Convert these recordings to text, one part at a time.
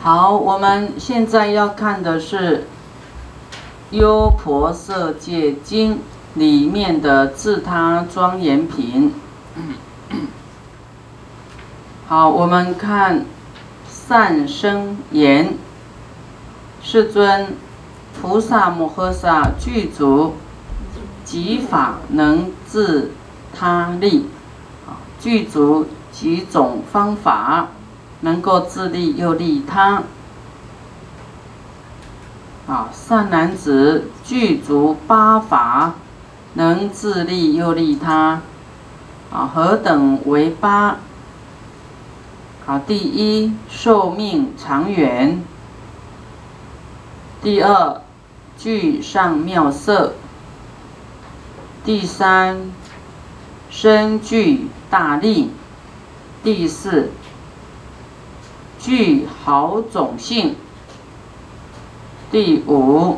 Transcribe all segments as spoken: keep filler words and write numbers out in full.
好，我们现在要看的是《优婆塞戒经》里面的自他庄严品。好，我们看善生言：世尊，菩萨摩诃萨具足几法能自他利，具足几种方法，能够自利又利他。啊，善男子具足八法，能自利又利他。啊，何等为八？啊，第一，寿命长远；第二，具上妙色；第三，身具大利；第四，具好种性；第五，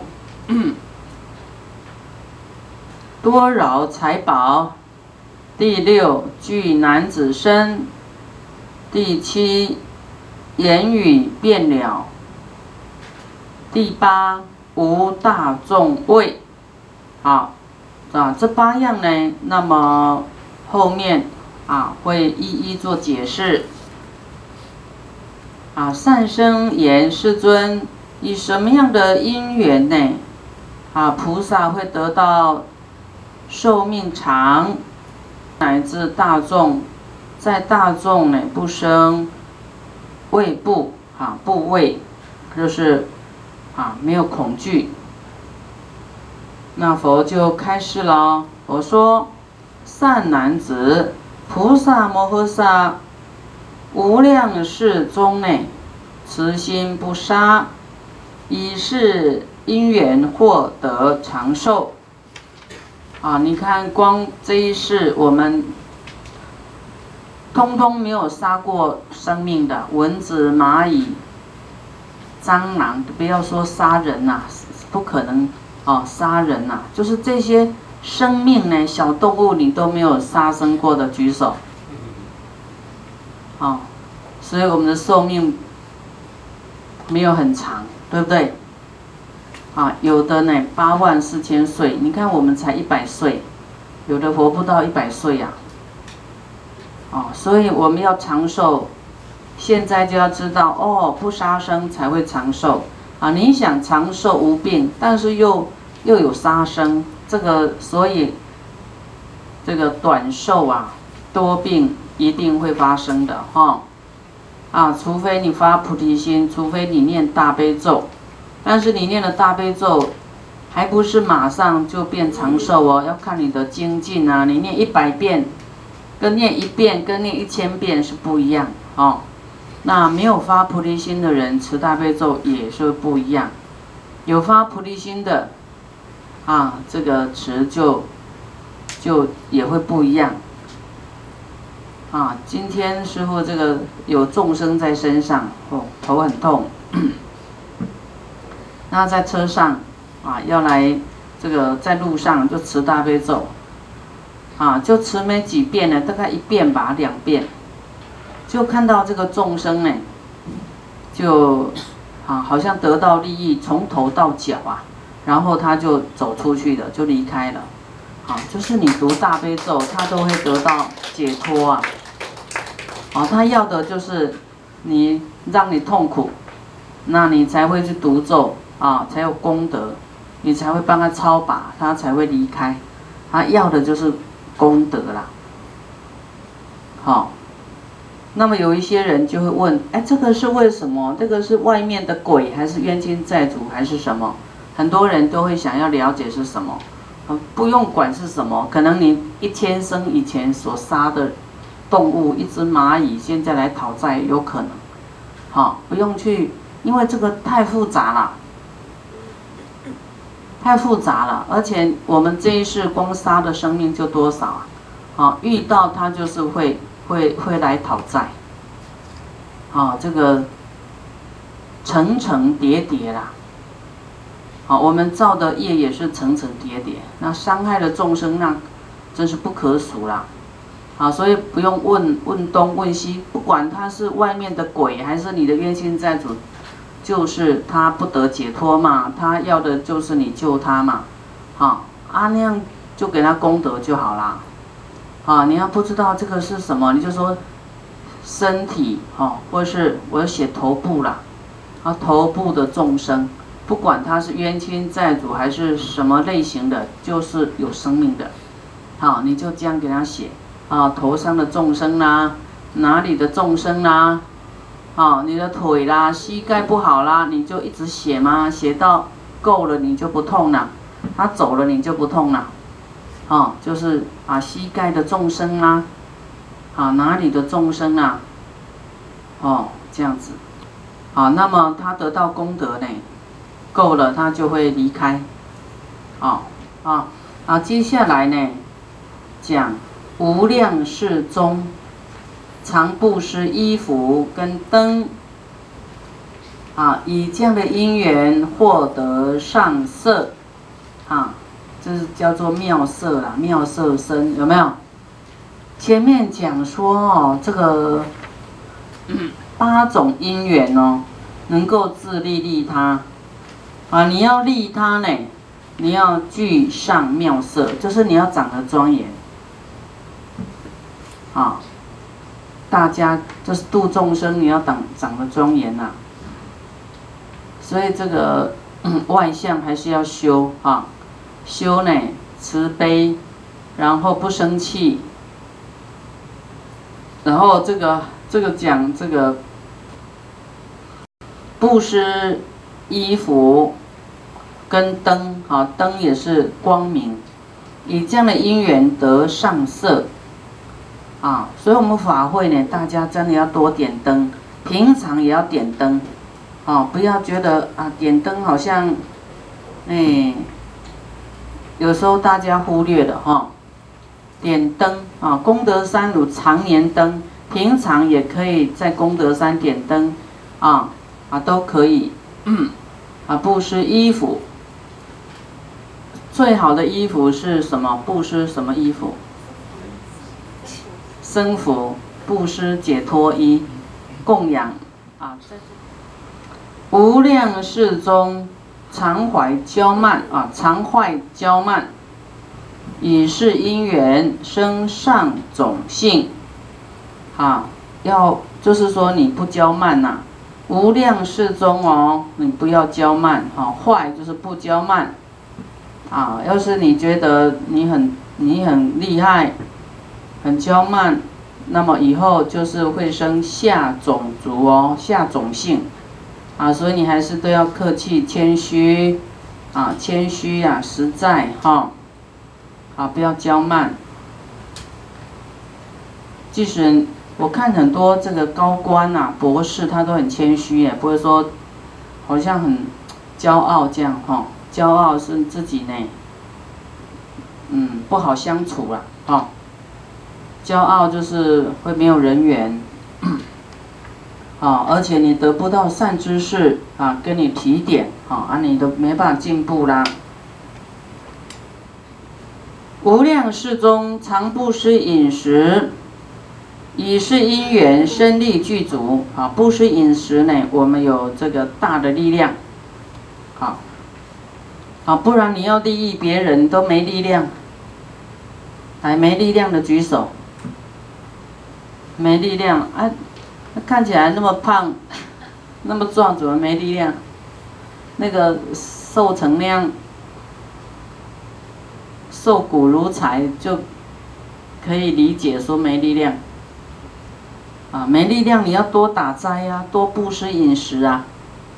多饶财宝；第六，具男子身；第七，言语辩了；第八，无大众畏。好，啊，这八样呢，那么后面啊会一一做解释。啊，善生言：世尊，以什么样的因缘呢？啊，菩萨会得到寿命长，乃至大众，在大众呢不生畏怖啊，怖畏，就是啊没有恐惧。那佛就开示了，我说：善男子，菩萨摩诃萨无量世中呢，慈心不杀，以是因缘获得长寿。啊，你看光这一世我们通通没有杀过生命的，蚊子、蚂蚁、蟑螂，不要说杀人呐、啊，不可能哦，杀人呐、啊，就是这些生命呢，小动物你都没有杀生过的，举手。哦，所以我们的寿命没有很长，对不对？啊，有的呢八万四千岁，你看我们才一百岁，有的活不到一百岁呀。哦，所以我们要长寿，现在就要知道哦，不杀生才会长寿啊！你想长寿无病，但是又又有杀生，这个所以这个短寿啊，多病一定会发生的哈、哦。啊，除非你发菩提心，除非你念大悲咒，但是你念了大悲咒，还不是马上就变长寿哦，要看你的精进啊，你念一百遍。跟念一遍跟念一千遍是不一样哦。那没有发菩提心的人持大悲咒也是不一样，有发菩提心的啊，这个持就就也会不一样啊。今天师父这个有众生在身上，哦，头很痛，那在车上啊，要来这个在路上就持大悲咒。啊，就持没几遍呢，大概一遍吧，两遍，就看到这个众生呢，就啊，好像得到利益，从头到脚啊，然后他就走出去了，就离开了。啊，就是你读大悲咒，他都会得到解脱啊。啊，他要的就是你让你痛苦，那你才会去读咒啊，才有功德，你才会帮他超拔，他才会离开。他要的就是功德啦，好、哦，那么有一些人就会问，哎，这个是为什么？这个是外面的鬼，还是冤亲债主，还是什么？很多人都会想要了解是什么，不用管是什么，可能你一千生以前所杀的动物，一只蚂蚁，现在来讨债，有可能，好、哦，不用去，因为这个太复杂了。太复杂了，而且我们这一世光杀的生命就多少啊？啊，遇到他就是会会会来讨债，啊，这个层层叠叠啦。啊，我们造的业也是层层叠叠，那伤害了众生，那真是不可数啦。啊，所以不用问问东问西，不管他是外面的鬼还是你的冤亲债主， 就是他不得解脱嘛，他要的就是你救他嘛，啊啊那样就给他功德就好啦。啊，你要不知道这个是什么，你就说身体哦，或者是我要写头部啦，啊头部的众生，不管他是冤亲债主还是什么类型的，就是有生命的，好，你就这样给他写啊，头上的众生啦，哪里的众生啦，啊你的腿啦，膝盖不好啦，你就一直写嘛，写到够了你就不痛了，他走了你就不痛了。哦，就是啊，膝盖的众生啦、啊，啊哪里的众生啊，哦这样子，啊那么他得到功德呢，够了他就会离开，哦啊啊接下来呢讲无量世中，常布施衣服跟灯，啊以这样的因缘获得上色，啊。这是叫做妙色啦，妙色身有没有？前面讲说哦，这个、嗯、八种因缘哦，能够自利利他啊，你要利他呢，你要具上妙色，就是你要长得庄严啊。大家就是度众生，你要长长得庄严呐、啊。所以这个、嗯、外相还是要修啊。修呢，慈悲，然后不生气，然后这个这个讲这个布施衣服跟灯啊，灯也是光明，以这样的因缘得上色啊，所以我们法会呢，大家真的要多点灯，平常也要点灯啊，不要觉得啊点灯好像哎。有时候大家忽略了哈，点灯啊，功德山如常年灯，平常也可以在功德山点灯，啊啊都可以，嗯，啊布施衣服，最好的衣服是什么？布施什么衣服？僧服，布施解脱衣，供养啊，无量世中。常怀骄慢啊，常怀骄慢，以是因缘生上种性，啊，要就是说你不骄慢呐、啊，无量世中哦，你不要骄慢哈，坏就是不骄慢，啊，要是你觉得你很你很厉害，很骄慢，那么以后就是会生下种族哦，下种性。啊，所以你还是都要客气、谦虚，啊，谦虚呀、啊，实在哈，啊，不要骄慢。即使我看很多这个高官呐、啊、博士，他都很谦虚耶，不会说好像很骄傲这样哈。骄傲是自己呢，嗯，不好相处了哈。骄傲就是会没有人缘。啊，而且你得不到善知识啊，跟你提点啊，啊，你都没办法进步啦。无量世中常布施饮食，以是因缘身力具足啊。布施饮食呢，我们有这个大的力量，好，啊，不然你要利益别人都没力量，还没力量的举手，没力量啊。看起来那么胖，那么壮，怎么没力量？那个瘦成那样，瘦骨如柴，就可以理解说没力量。啊，没力量，你要多打斋啊，多布施饮食啊。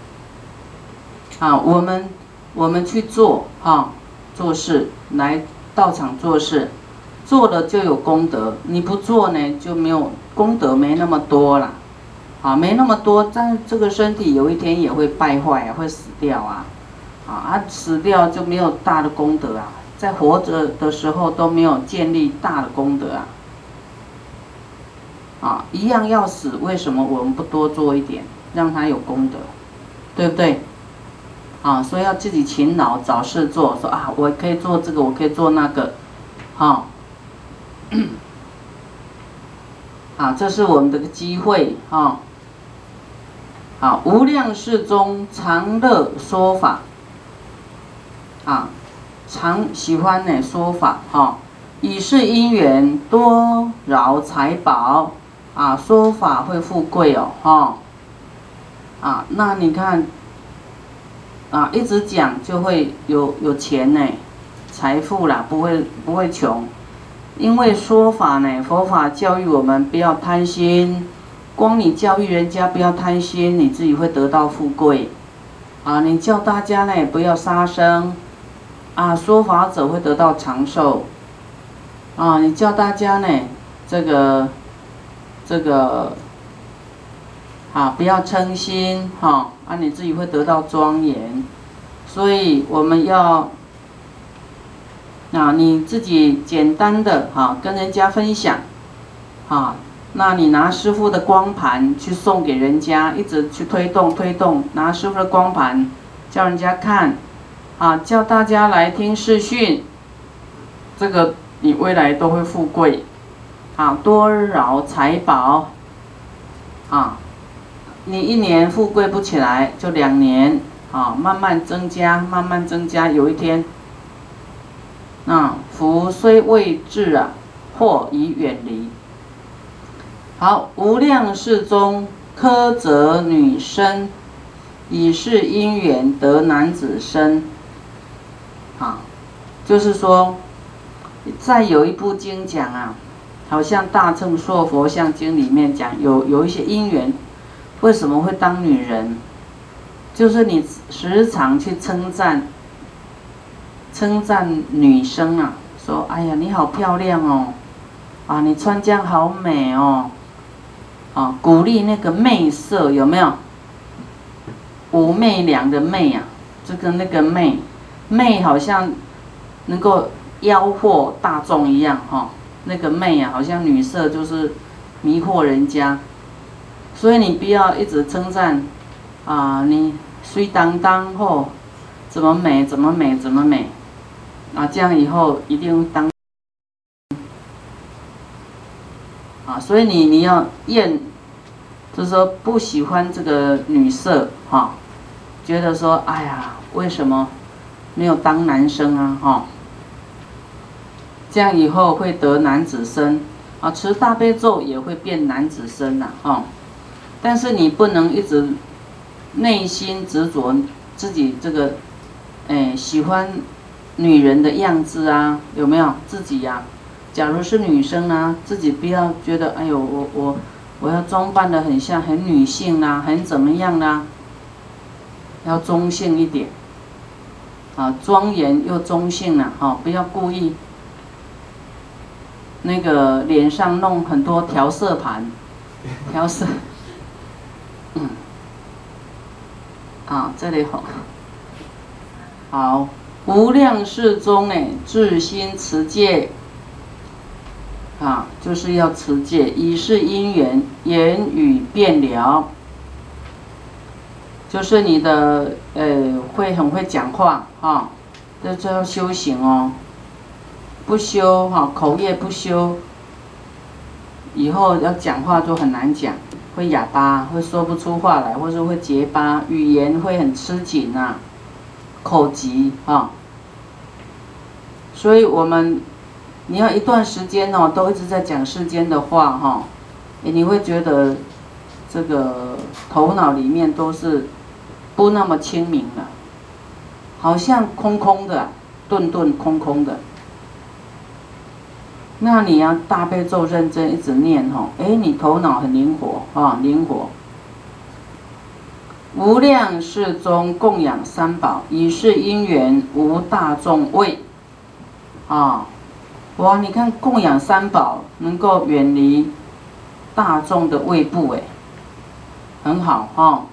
啊，我们我们去做啊，做事来道场做事，做了就有功德，你不做呢就没有功德，没那么多啦。啊，没那么多，但这个身体有一天也会败坏啊，会死掉啊，啊，啊死掉就没有大的功德啊，在活着的时候都没有建立大的功德啊，啊，一样要死，为什么我们不多做一点，让他有功德，对不对？啊，所以要自己勤劳找事做，说啊，我可以做这个，我可以做那个，啊。啊，这是我们的机会啊！ 啊，无量世中常乐说法，啊，常喜欢呢说法哈、啊，以是因缘多饶财宝，啊，说法会富贵哦哈、啊，啊，那你看，啊，一直讲就会有有钱呢，财富啦，不会不会穷，因为说法呢，佛法教育我们不要贪心。光你教育人家不要贪心，你自己会得到富贵，啊，你叫大家呢不要杀生，啊，说法者会得到长寿，啊，你叫大家呢这个这个，啊，不要嗔心，哈，啊，你自己会得到庄严，所以我们要，啊，你自己简单的哈跟人家分享，啊。那你拿师父的光盘去送给人家，一直去推动推动，拿师父的光盘叫人家看，啊，叫大家来听视讯，这个你未来都会富贵，啊，多饶财宝，啊，你一年富贵不起来，就两年，啊，慢慢增加，慢慢增加，有一天，啊，福虽未至啊，祸已远离。好，无量世中苛责女身，以是因缘得男子身。啊，就是说，再有一部经讲啊，好像《大乘说佛像经》里面讲，有有一些因缘，为什么会当女人？就是你时常去称赞，称赞女生啊，说哎呀你好漂亮哦，啊你穿这样好美哦。啊，鼓励那个媚色有没有？武媚娘的媚啊，这跟那个媚，媚好像能够妖惑大众一样哈、哦。那个媚啊，好像女色就是迷惑人家，所以你不要一直称赞啊，你水当当吼，怎么美怎么美怎么美，啊，这样以后一定当。啊，所以你你要厌，就是说不喜欢这个女色哈、啊，觉得说哎呀，为什么没有当男生啊哈、啊？这样以后会得男子身啊，持大悲咒也会变男子身呐哈、啊。但是你不能一直内心执着自己这个，哎喜欢女人的样子啊，有没有自己呀、啊？假如是女生啊，自己不要觉得，哎呦，我我我要装扮得很像很女性啦、啊，很怎么样啦、啊，要中性一点，啊，庄严又中性啦、啊，哈，不要故意那个脸上弄很多调色盘，调色，嗯，啊，这里好，好，无量世中哎，至心持戒。啊，就是要持戒，以是因缘，言语辩了，就是你的呃会很会讲话啊，这就要修行哦，不修哈、啊，口业不修，以后要讲话就很难讲，会哑巴，会说不出话来，或是会结巴，语言会很吃紧呐、啊，口疾啊，所以我们。你要一段时间哦，都一直在讲世间的话哈、哦，你会觉得这个头脑里面都是不那么清明了，好像空空的，顿顿空空的。那你要大悲咒认真一直念哈、哦，哎，你头脑很灵活啊，灵活。无量世中供养三宝，以是因缘无大众畏，啊。哇，你看供养三宝能够远离大众的畏怖，哎，很好哈、哦。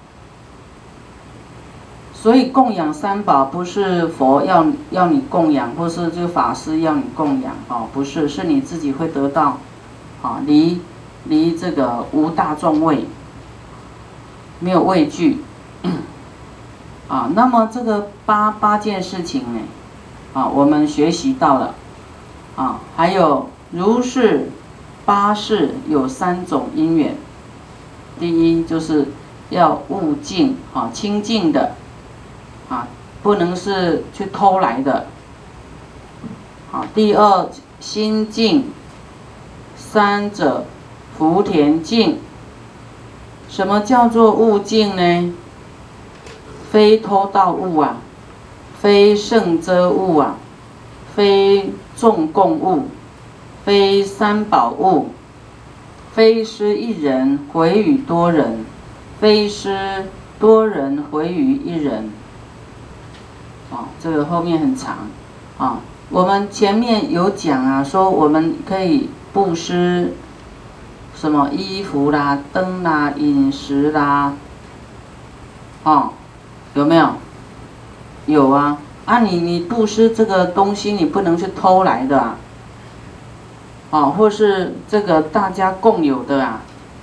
所以供养三宝不是佛要要你供养，或是这个法师要你供养哦，不是，是你自己会得到，啊，离离这个无大众畏，没有畏惧，啊，那么这个八八件事情呢，啊，我们学习到了。啊，还有如是八世有三种因缘，第一就是要物净啊，清净的啊，不能是去偷来的。啊，第二心净，三者福田净。什么叫做物净呢？非偷盗物啊，非圣遮物啊，非众供物，非三宝物，非施一人回与多人，非施多人回与一人。哦，这个后面很长啊。我们前面有讲啊，说我们可以布施什么衣服啦、灯啦、饮食啦，哦，有没有？有啊。啊你，你布施这个东西，你不能去偷来的啊。哦，或是这个大家共有的啊。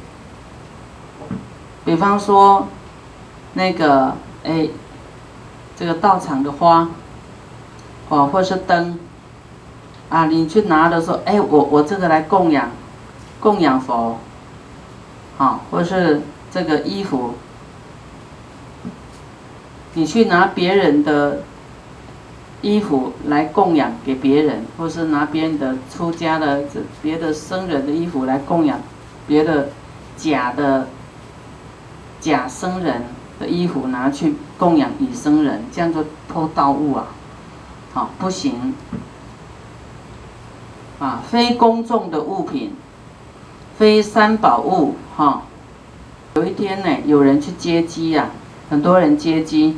比方说，那个哎，这个道场的花，哦，或是灯，啊，你去拿的时候，哎，我我这个来供养，供养佛，啊，或是这个衣服，你去拿别人的衣服来供养给别人，或是拿别人的出家的这别的僧人的衣服来供养别的假的假僧人的衣服拿去供养乙僧人，这样就偷盗物啊，好，不行啊，非公众的物品，非三宝物哈。有一天呢，有人去接机呀、啊，很多人接机。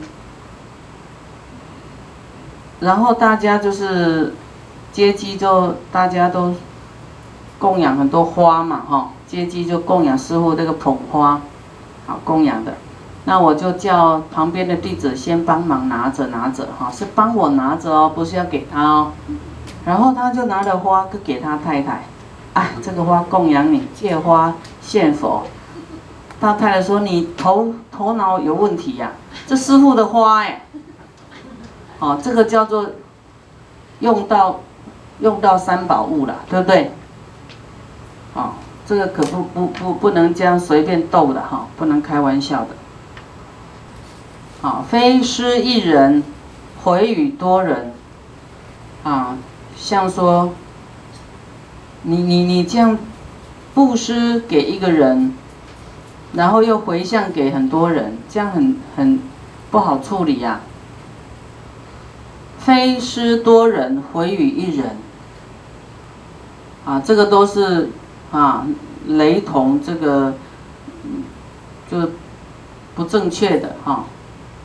然后大家就是接机，就大家都供养很多花嘛，哈，接机就供养师父这个捧花，好供养的。那我就叫旁边的弟子先帮忙拿着拿着，哈，是帮我拿着哦，不是要给他哦。然后他就拿了花给他太太，哎，这个花供养你，借花献佛。他太太说你头头脑有问题呀、啊，这师父的花哎。哦，这个叫做用到用到三宝物了，对不对？哦，这个可不不不不能这样随便斗的哈、哦，不能开玩笑的。啊、哦，非施一人，回与多人。啊，像说，你你你这样布施给一个人，然后又回向给很多人，这样很很不好处理呀、啊。非施多人，回与一人。啊，这个都是啊雷同，这个就不正确的哈、啊。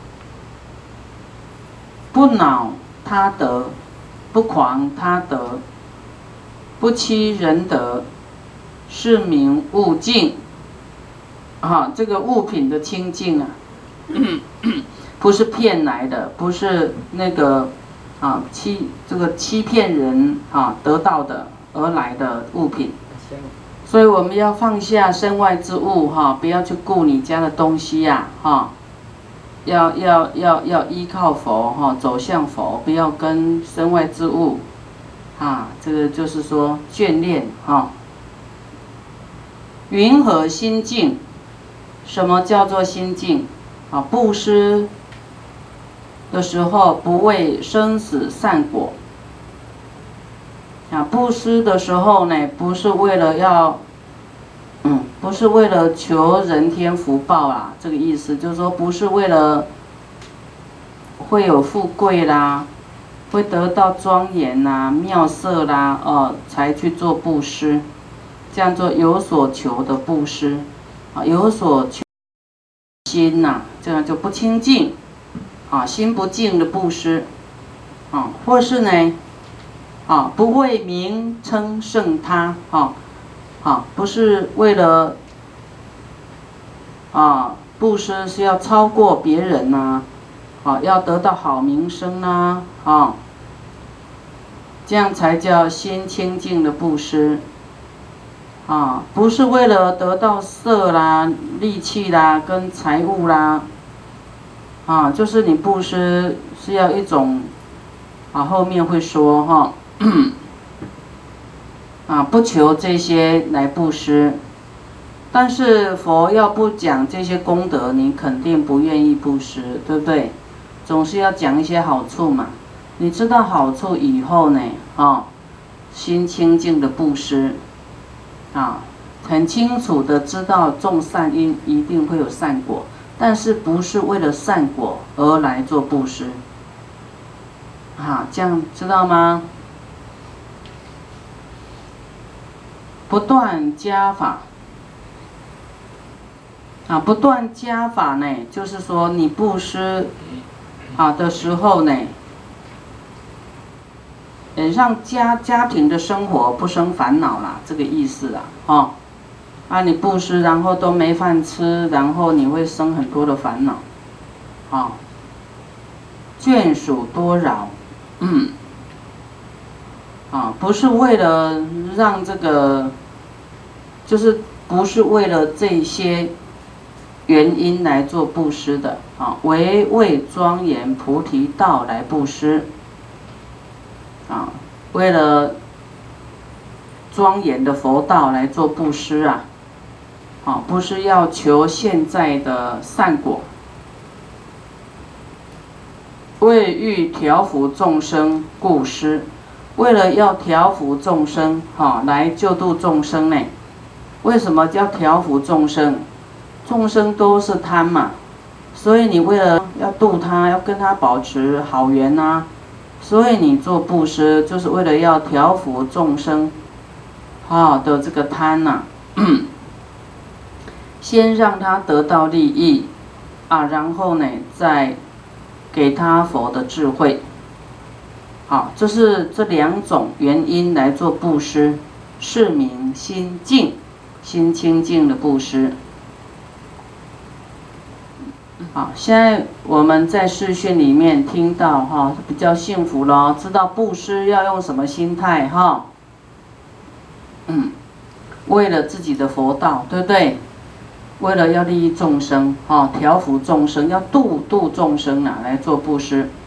不恼他德，不狂他德，不欺人德，是名物净。啊，这个物品的清净啊，不是骗来的，不是那个。啊，欺这个欺骗人啊得到的而来的物品，所以我们要放下身外之物哈、啊，不要去顾你家的东西呀、啊、哈、啊，要要要要依靠佛哈、啊，走向佛，不要跟身外之物啊，这个就是说眷恋哈。云何心净？什么叫做心净？啊，布施的时候不为生死善果，啊，布施的时候呢，不是为了要，嗯，不是为了求人天福报啊，这个意思就是说，不是为了会有富贵啦，会得到庄严啦、妙色啦，哦，才去做布施，这样做有所求的布施，啊，有所求心呐、啊，这样就不清净。啊，心不净的布施，啊，或是呢，啊，不为名称胜他，啊，啊，不是为了，啊，布施是要超过别人呐、啊，啊，要得到好名声呐、啊，啊，这样才叫心清净的布施，啊，不是为了得到色啦、利器啦、跟财物啦。啊，就是你布施是要一种，啊，后面会说哈，啊，不求这些来布施， 但是佛要不讲这些功德，你肯定不愿意布施，对不对？总是要讲一些好处嘛。你知道好处以后呢，啊，心清净的布施，啊，很清楚的知道种善因一定会有善果，但是不是为了善果而来做布施，啊，这样知道吗？不断加法，啊，不断加法呢，就是说你布施啊的时候呢，嗯，让家家庭的生活不生烦恼啦，这个意思啦，哦，啊，你布施然后都没饭吃，然后你会生很多的烦恼，啊，眷属多扰，嗯，啊，不是为了让这个，就是不是为了这些原因来做布施的，啊，为为庄严菩提道来布施。啊，为了庄严的佛道来做布施啊，啊，不是要求现在的善果，为欲调伏众生故施，为了要调伏众生，哈，来救度众生呢？为什么叫调伏众生？众生都是贪嘛，所以你为了要度他，要跟他保持好缘啊。所以你做布施，就是为了要调伏众生，啊的这个贪呐、啊，先让他得到利益，啊，然后呢，再给他佛的智慧，好，这是这两种原因来做布施，是名心净、心清净的布施。好，现在我们在视讯里面听到哈，比较幸福咯，知道布施要用什么心态哈，嗯，为了自己的佛道，对不对？为了要利益众生哈，调伏众生，要度度众生啊，来做布施。